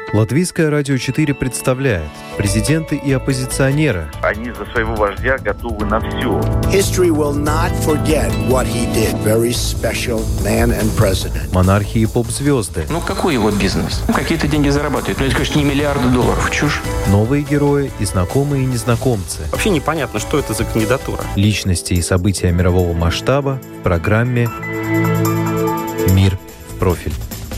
Латвийское радио 4 представляет президенты и оппозиционеры. Они за своего вождя готовы на все. History will not forget what he did. Very special man and president. Монархи и поп-звезды. Какой его бизнес? Какие-то деньги зарабатывает. Это, конечно, не миллиарды долларов. Чушь. Новые герои и знакомые и незнакомцы. Вообще непонятно, что это за кандидатура. Личности и события мирового масштаба в программе «Мир в профиль».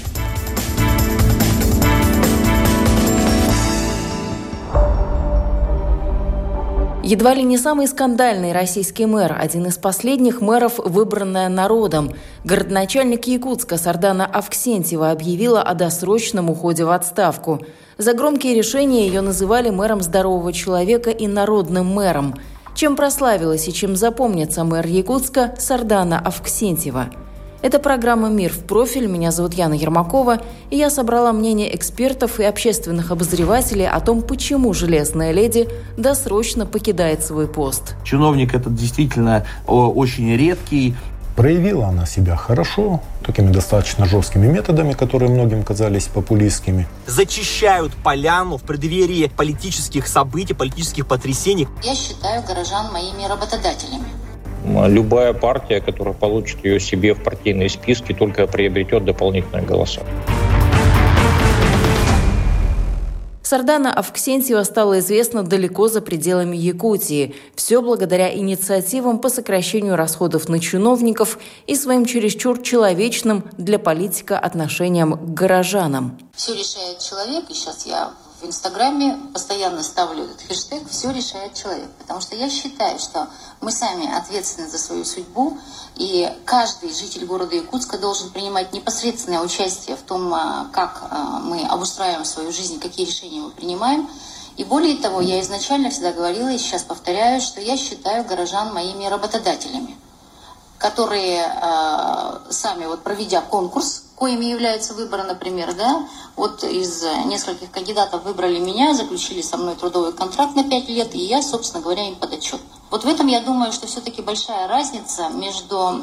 Едва ли не самый скандальный российский мэр, один из последних мэров, выбранная народом. Городоначальник Якутска Сардана Авксентьева объявила о досрочном уходе в отставку. За громкие решения ее называли мэром здорового человека и народным мэром. Чем прославилась и чем запомнится мэр Якутска Сардана Авксентьева? Это программа «Мир в профиль». Меня зовут Яна Ермакова, и я собрала мнение экспертов и общественных обозревателей о том, почему «Железная леди» досрочно покидает свой пост. Чиновник этот действительно очень редкий. Проявила она себя хорошо, такими достаточно жесткими методами, которые многим казались популистскими. Зачищают поляну в преддверии политических событий, политических потрясений. Я считаю горожан моими работодателями. Любая партия, которая получит ее себе в партийные списки, только приобретет дополнительные голоса. Сардана Авксентьева стала известна далеко за пределами Якутии. Все благодаря инициативам по сокращению расходов на чиновников и своим чересчур человечным для политика отношениям к горожанам. Все решает человек, и сейчас я в Инстаграме постоянно ставлю этот хэштег «Все решает человек», потому что я считаю, что мы сами ответственны за свою судьбу, и каждый житель города Якутска должен принимать непосредственное участие в том, как мы обустраиваем свою жизнь, какие решения мы принимаем. И более того, я изначально всегда говорила, и сейчас повторяю, что я считаю горожан моими работодателями, которые сами, проведя конкурс, коими является выборы, например, из нескольких кандидатов выбрали меня, заключили со мной трудовой контракт на 5 лет, и я, собственно говоря, им подотчетна. В этом я думаю, что все-таки большая разница между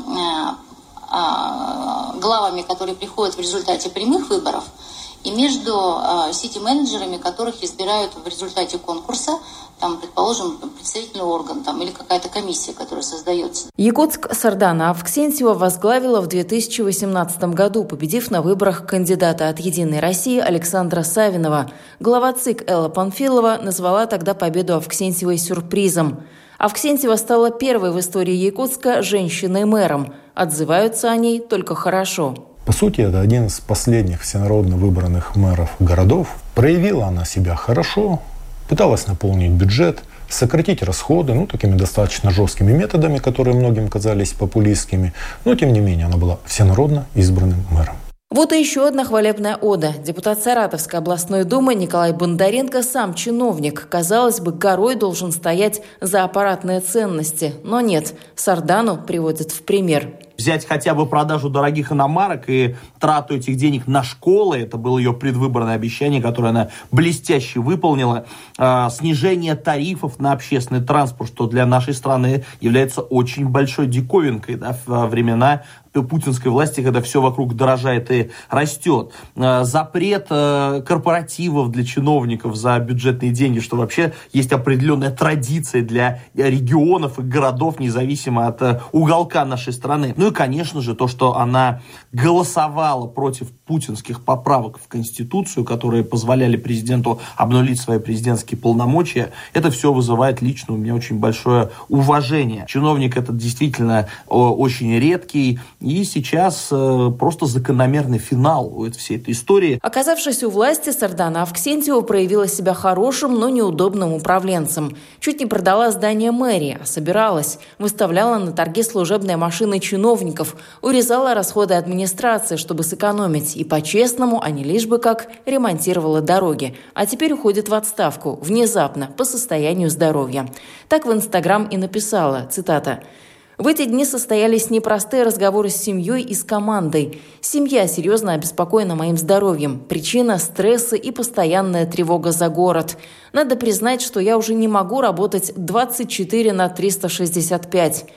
главами, которые приходят в результате прямых выборов, и между сити-менеджерами, которых избирают в результате конкурса, предположим, представительный орган или какая-то комиссия, которая создается. Якутск Сардана Авксентьева возглавила в 2018 году, победив на выборах кандидата от «Единой России» Александра Савинова. Глава ЦИК Элла Панфилова назвала тогда победу Авксентьевой сюрпризом. Авксентьева стала первой в истории Якутска женщиной-мэром. Отзываются о ней только хорошо. По сути, это один из последних всенародно выбранных мэров городов. Проявила она себя хорошо, пыталась наполнить бюджет, сократить расходы, такими достаточно жесткими методами, которые многим казались популистскими. Но, тем не менее, она была всенародно избранным мэром. Вот и еще одна хвалебная ода. Депутат Саратовской областной думы Николай Бондаренко сам чиновник. Казалось бы, горой должен стоять за аппаратные ценности. Но нет, Сардану приводят в пример. Взять хотя бы продажу дорогих иномарок и трату этих денег на школы, это было ее предвыборное обещание, которое она блестяще выполнила. Снижение тарифов на общественный транспорт, что для нашей страны является очень большой диковинкой во времена путинской власти, когда все вокруг дорожает и растет. Запрет корпоративов для чиновников за бюджетные деньги, что вообще есть определенная традиция для регионов и городов, независимо от уголка нашей страны. И, конечно же, то, что она голосовала против путинских поправок в Конституцию, которые позволяли президенту обнулить свои президентские полномочия, это все вызывает лично у меня очень большое уважение. Чиновник этот действительно очень редкий, и сейчас просто закономерный финал у всей этой истории. Оказавшись у власти, Сардана Авксентьева проявила себя хорошим, но неудобным управленцем. Чуть не продала здание мэрии, а собиралась. Выставляла на торги служебные машины чиновников, урезала расходы администрации, чтобы сэкономить. И по-честному, а не лишь бы как, ремонтировала дороги. А теперь уходит в отставку, внезапно, по состоянию здоровья. Так в Инстаграм и написала, цитата: «В эти дни состоялись непростые разговоры с семьей и с командой. Семья серьезно обеспокоена моим здоровьем. Причина – стрессы и постоянная тревога за город. Надо признать, что я уже не могу работать 24/365.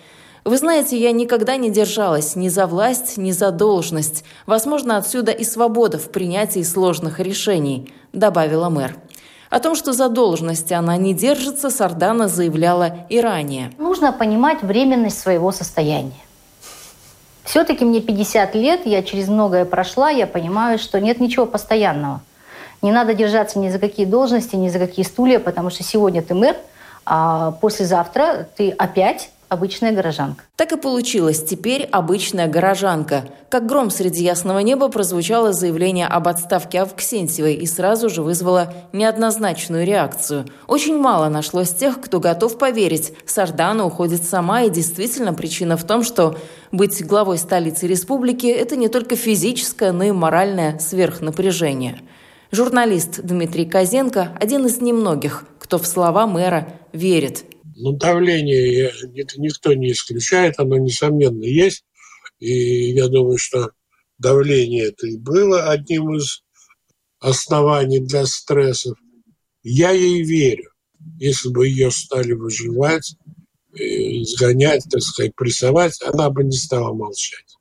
Вы знаете, я никогда не держалась ни за власть, ни за должность. Возможно, отсюда и свобода в принятии сложных решений», – добавила мэр. О том, что за должность она не держится, Сардана заявляла и ранее. Нужно понимать временность своего состояния. Все-таки мне 50 лет, я через многое прошла, я понимаю, что нет ничего постоянного. Не надо держаться ни за какие должности, ни за какие стулья, потому что сегодня ты мэр, а послезавтра ты опять обычная горожанка. Так и получилось. Теперь обычная горожанка. Как гром среди ясного неба прозвучало заявление об отставке Авксентьевой и сразу же вызвало неоднозначную реакцию. Очень мало нашлось тех, кто готов поверить. Сардана уходит сама, и действительно причина в том, что быть главой столицы республики – это не только физическое, но и моральное сверхнапряжение. Журналист Дмитрий Козенко – один из немногих, кто в слова мэра верит. Давление никто не исключает, оно, несомненно, есть. И я думаю, что давление это и было одним из оснований для стрессов. Я ей верю. Если бы ее стали выживать, изгонять, так сказать, прессовать, она бы не стала молчать.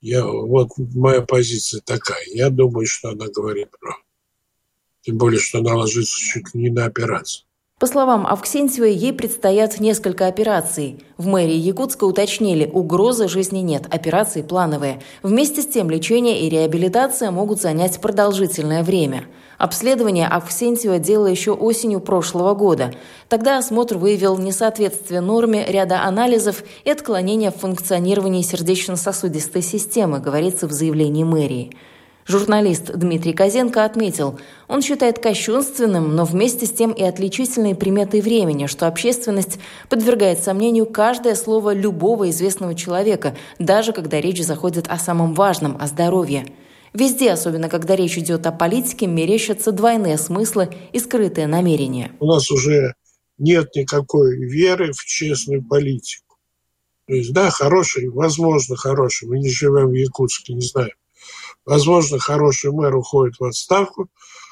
Моя позиция такая. Я думаю, что она говорит правду. Тем более, что она ложится чуть ли не на операцию. По словам Авксентьевой, ей предстоят несколько операций. В мэрии Якутска уточнили, угрозы жизни нет, операции плановые. Вместе с тем лечение и реабилитация могут занять продолжительное время. Обследование Авксентьева делала еще осенью прошлого года. Тогда осмотр выявил несоответствие норме ряда анализов и отклонения в функционировании сердечно-сосудистой системы, говорится в заявлении мэрии. Журналист Дмитрий Козенко отметил, он считает кощунственным, но вместе с тем и отличительной приметой времени, что общественность подвергает сомнению каждое слово любого известного человека, даже когда речь заходит о самом важном – о здоровье. Везде, особенно когда речь идет о политике, мерещатся двойные смыслы и скрытые намерения. У нас уже нет никакой веры в честную политику. То есть, да, хороший, возможно, хороший. Мы не живем в Якутске, не знаю. Возможно, хороший мэр уходит в отставку,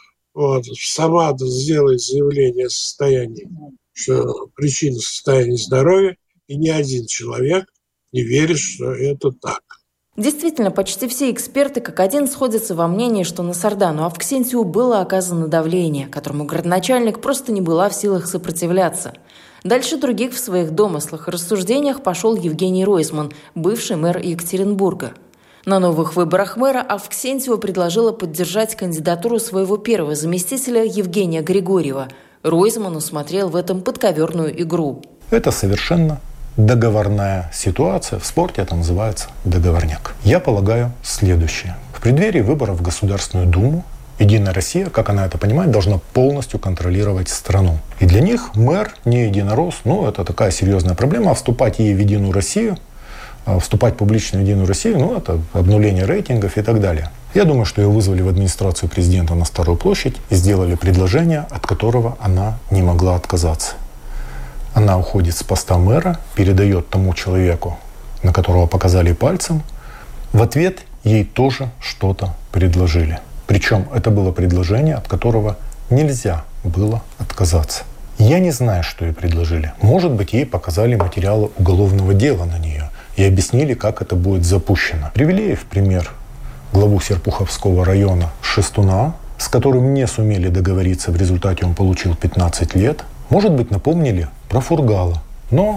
сама сделает заявление о состоянии, что причина состояния здоровья, и ни один человек не верит, что это так. Действительно, почти все эксперты как один сходятся во мнении, что на Сардану Авксентьеву было оказано давление, которому городначальник просто не была в силах сопротивляться. Дальше других в своих домыслах и рассуждениях пошел Евгений Ройзман, бывший мэр Екатеринбурга. На новых выборах мэра Авксентьева предложила поддержать кандидатуру своего первого заместителя Евгения Григорьева. Ройзман усмотрел в этом подковерную игру. Это совершенно договорная ситуация. В спорте это называется договорняк. Я полагаю следующее. В преддверии выборов в Государственную Думу Единая Россия, как она это понимает, должна полностью контролировать страну. И для них мэр не единорос, это такая серьезная проблема. А вступать ей в Единую Россию, вступать публично в Единую Россию, это обнуление рейтингов и так далее. Я думаю, что ее вызвали в администрацию президента на Старую площадь и сделали предложение, от которого она не могла отказаться. Она уходит с поста мэра, передает тому человеку, на которого показали пальцем. В ответ ей тоже что-то предложили. Причем это было предложение, от которого нельзя было отказаться. Я не знаю, что ей предложили. Может быть, ей показали материалы уголовного дела на нее и объяснили, как это будет запущено. Привели ей в пример главу Серпуховского района Шестуна, с которым не сумели договориться, в результате он получил 15 лет. Может быть, напомнили про Фургала. Но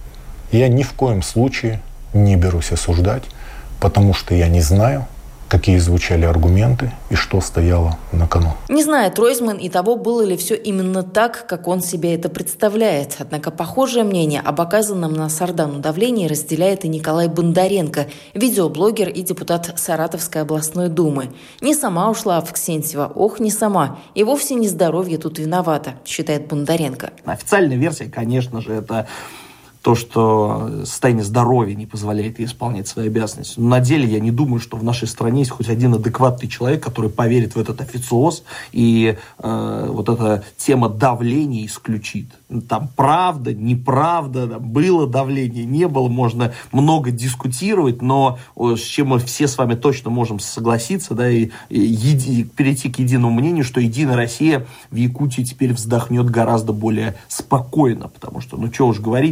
я ни в коем случае не берусь осуждать, потому что я не знаю, какие звучали аргументы и что стояло на кону. Не знает Ройзман и того, было ли все именно так, как он себе это представляет. Однако похожее мнение об оказанном на Сардану давлении разделяет и Николай Бондаренко, видеоблогер и депутат Саратовской областной думы. Не сама ушла Авксентьева, не сама. И вовсе не здоровье тут виновато, считает Бондаренко. Официальная версия, конечно же, это то, что состояние здоровья не позволяет ей исполнять свои обязанности. Но на деле я не думаю, что в нашей стране есть хоть один адекватный человек, который поверит в этот официоз и эта тема давления исключит. Там правда, неправда, было давление, не было, можно много дискутировать, но с чем мы все с вами точно можем согласиться, и перейти к единому мнению, что Единая Россия в Якутии теперь вздохнет гораздо более спокойно, потому что, что уж говорить,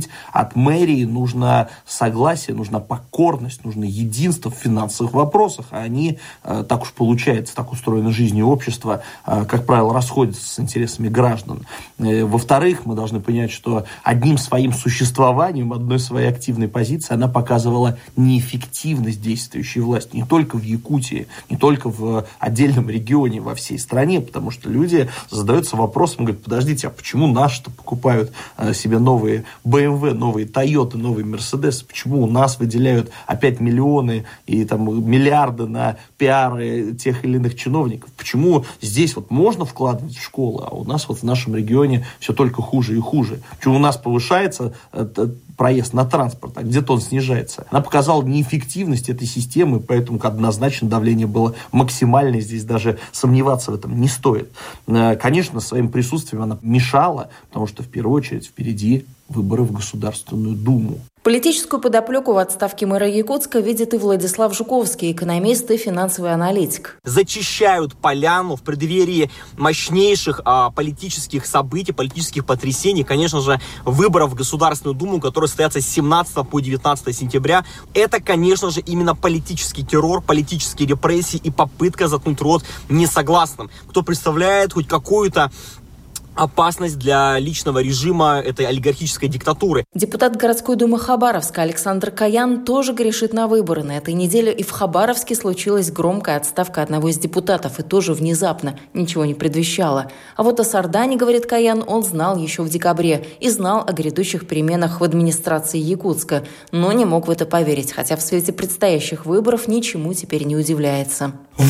от мэрии нужно согласие, нужна покорность, нужно единство в финансовых вопросах. А они, так уж получается, так устроена жизнь и общество, как правило, расходятся с интересами граждан. Во-вторых, мы должны понять, что одним своим существованием, одной своей активной позицией она показывала неэффективность действующей власти не только в Якутии, не только в отдельном регионе, во всей стране, потому что люди задаются вопросом, говорят, подождите, а почему наши-то покупают себе новые BMW, новые Toyota, новые Mercedes, почему у нас выделяют опять миллионы и там миллиарды на пиары тех или иных чиновников, почему здесь вот можно вкладывать в школы, а у нас вот в нашем регионе все только хуже и хуже, почему у нас повышается проезд на транспорт, а где-то он снижается. Она показала неэффективность этой системы, поэтому однозначно давление было максимальное, здесь даже сомневаться в этом не стоит. Конечно, своим присутствием она мешала, потому что в первую очередь впереди выборы в Государственную Думу. Политическую подоплеку в отставке мэра Якутска видит и Владислав Жуковский, экономист и финансовый аналитик. Зачищают поляну в преддверии мощнейших политических событий, политических потрясений, конечно же, выборов в Государственную Думу, которые состоятся с 17 по 19 сентября. Это, конечно же, именно политический террор, политические репрессии и попытка заткнуть рот несогласным. Кто представляет хоть какую-то опасность для личного режима этой олигархической диктатуры. Депутат городской думы Хабаровска Александр Каян тоже грешит на выборы. На этой неделе и в Хабаровске случилась громкая отставка одного из депутатов, и тоже внезапно, ничего не предвещало. А вот о Сардане, говорит Каян, он знал еще в декабре и знал о грядущих переменах в администрации Якутска, но не мог в это поверить, хотя в свете предстоящих выборов ничему теперь не удивляется. В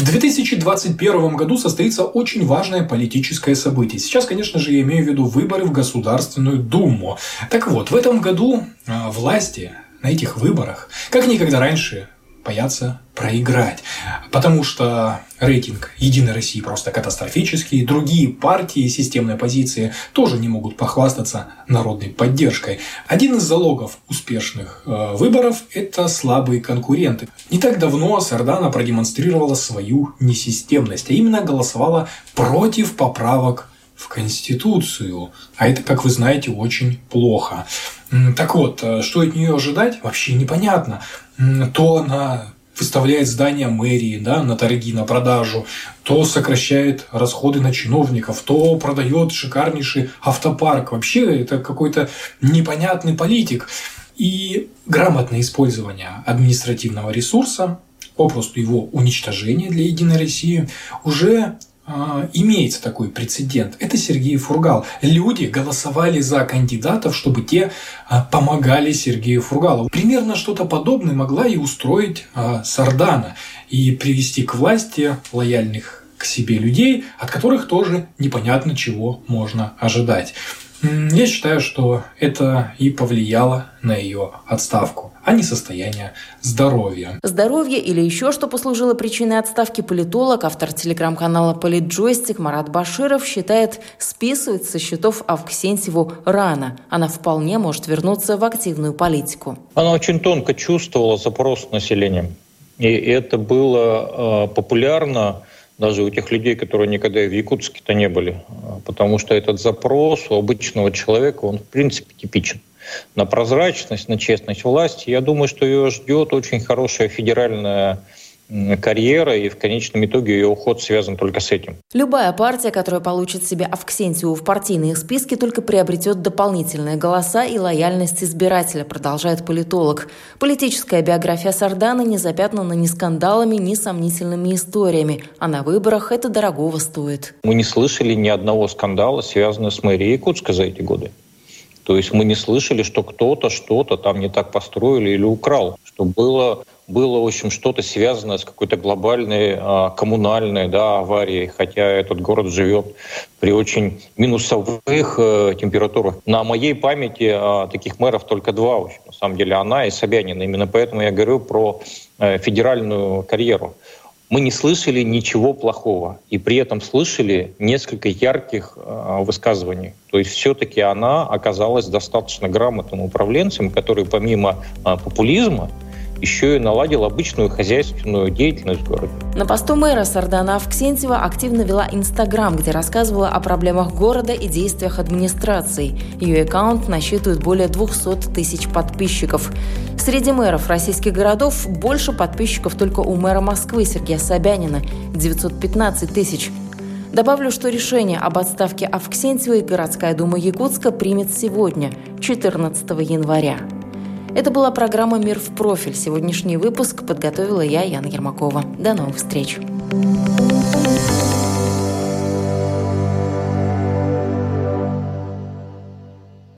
2021 году состоится очень важное политическое событие. Сейчас, конечно же, я имею в виду выборы в Государственную Думу. Так вот, в этом году власти на этих выборах, как никогда раньше, боятся проиграть. Потому что рейтинг «Единой России» просто катастрофический. Другие партии системной оппозиции тоже не могут похвастаться народной поддержкой. Один из залогов успешных выборов – это слабые конкуренты. Не так давно Сардана продемонстрировала свою несистемность, а именно голосовала против поправок в Конституцию. А это, как вы знаете, очень плохо. Так вот, что от нее ожидать, вообще непонятно. То она выставляет здания мэрии, на торги, на продажу, то сокращает расходы на чиновников, то продает шикарнейший автопарк. Вообще это какой-то непонятный политик. И грамотное использование административного ресурса, попросту его уничтожение для «Единой России», уже имеется такой прецедент. Это Сергей Фургал. Люди голосовали за кандидатов, чтобы те помогали Сергею Фургалу. Примерно что-то подобное могла и устроить Сардана и привести к власти лояльных к себе людей, от которых тоже непонятно чего можно ожидать. Я считаю, что это и повлияло на ее отставку, а не состояние здоровья. Здоровье или еще что послужило причиной отставки, политолог, автор телеграм-канала «Политджойстик» Марат Баширов считает, списывать со счетов Авксентьеву рано. Она вполне может вернуться в активную политику. Она очень тонко чувствовала запрос населения. И это было популярно даже у тех людей, которые никогда в Якутске-то не были. Потому что этот запрос у обычного человека, он в принципе типичен. На прозрачность, на честность власти. Я думаю, что ее ждет очень хорошая федеральная карьера, и в конечном итоге ее уход связан только с этим. Любая партия, которая получит себе Авксентьеву в партийные списки, только приобретет дополнительные голоса и лояльность избирателя, продолжает политолог. Политическая биография Сарданы не запятнана ни скандалами, ни сомнительными историями, а на выборах это дорогого стоит. Мы не слышали ни одного скандала, связанного с мэрией Якутска за эти годы. То есть мы не слышали, что кто-то что-то там не так построили или украл, что было в общем, что-то связанное с какой-то глобальной коммунальной аварией, хотя этот город живет при очень минусовых температурах. На моей памяти таких мэров только два, в общем, на самом деле она и Собянин. Именно поэтому я говорю про федеральную карьеру. Мы не слышали ничего плохого, и при этом слышали несколько ярких высказываний. То есть все-таки она оказалась достаточно грамотным управленцем, который помимо популизма еще и наладил обычную хозяйственную деятельность в городе. На посту мэра Сардана Авксентьева активно вела Инстаграм, где рассказывала о проблемах города и действиях администрации. Ее аккаунт насчитывает более 200 тысяч подписчиков. Среди мэров российских городов больше подписчиков только у мэра Москвы Сергея Собянина – 915 тысяч. Добавлю, что решение об отставке Авксентьевой городская дума Якутска примет сегодня, 14 января. Это была программа «Мир в профиль». Сегодняшний выпуск подготовила я, Яна Ермакова. До новых встреч!